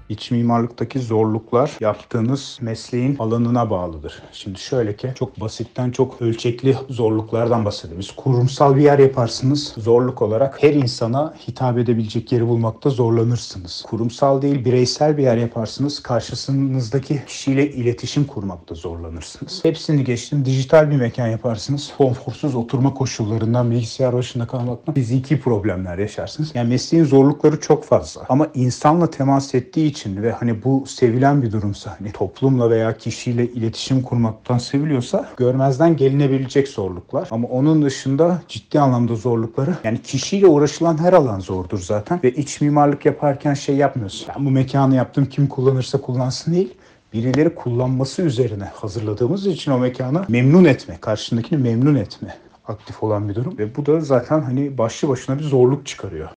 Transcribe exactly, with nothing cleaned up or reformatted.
İç mimarlıktaki zorluklar yaptığınız mesleğin alanına bağlıdır. Şimdi şöyle ki çok basitten çok ölçekli zorluklardan bahsediyoruz. Kurumsal bir yer yaparsınız. Zorluk olarak her insana hitap edebilecek yeri bulmakta zorlanırsınız. Kurumsal değil bireysel bir yer yaparsınız. Karşısınızdaki kişiyle iletişim kurmakta zorlanırsınız. Hepsini geçtim. Dijital bir mekan yaparsınız. Konforsuz oturma koşullarından bilgisayar başında kalmaktan fiziki problemler yaşarsınız. Yani mesleğin zorlukları çok fazla. Ama insanla temas ettiği için ve hani bu sevilen bir durumsa, hani toplumla veya kişiyle iletişim kurmaktan seviliyorsa görmezden gelinebilecek zorluklar. Ama onun dışında ciddi anlamda zorlukları, yani kişiyle uğraşılan her alan zordur zaten ve iç mimarlık yaparken şey yapmıyorsun. Ben bu mekanı yaptım, kim kullanırsa kullansın değil. Birileri kullanması üzerine hazırladığımız için o mekanı memnun etme, karşındakini memnun etme aktif olan bir durum ve bu da zaten hani başlı başına bir zorluk çıkarıyor.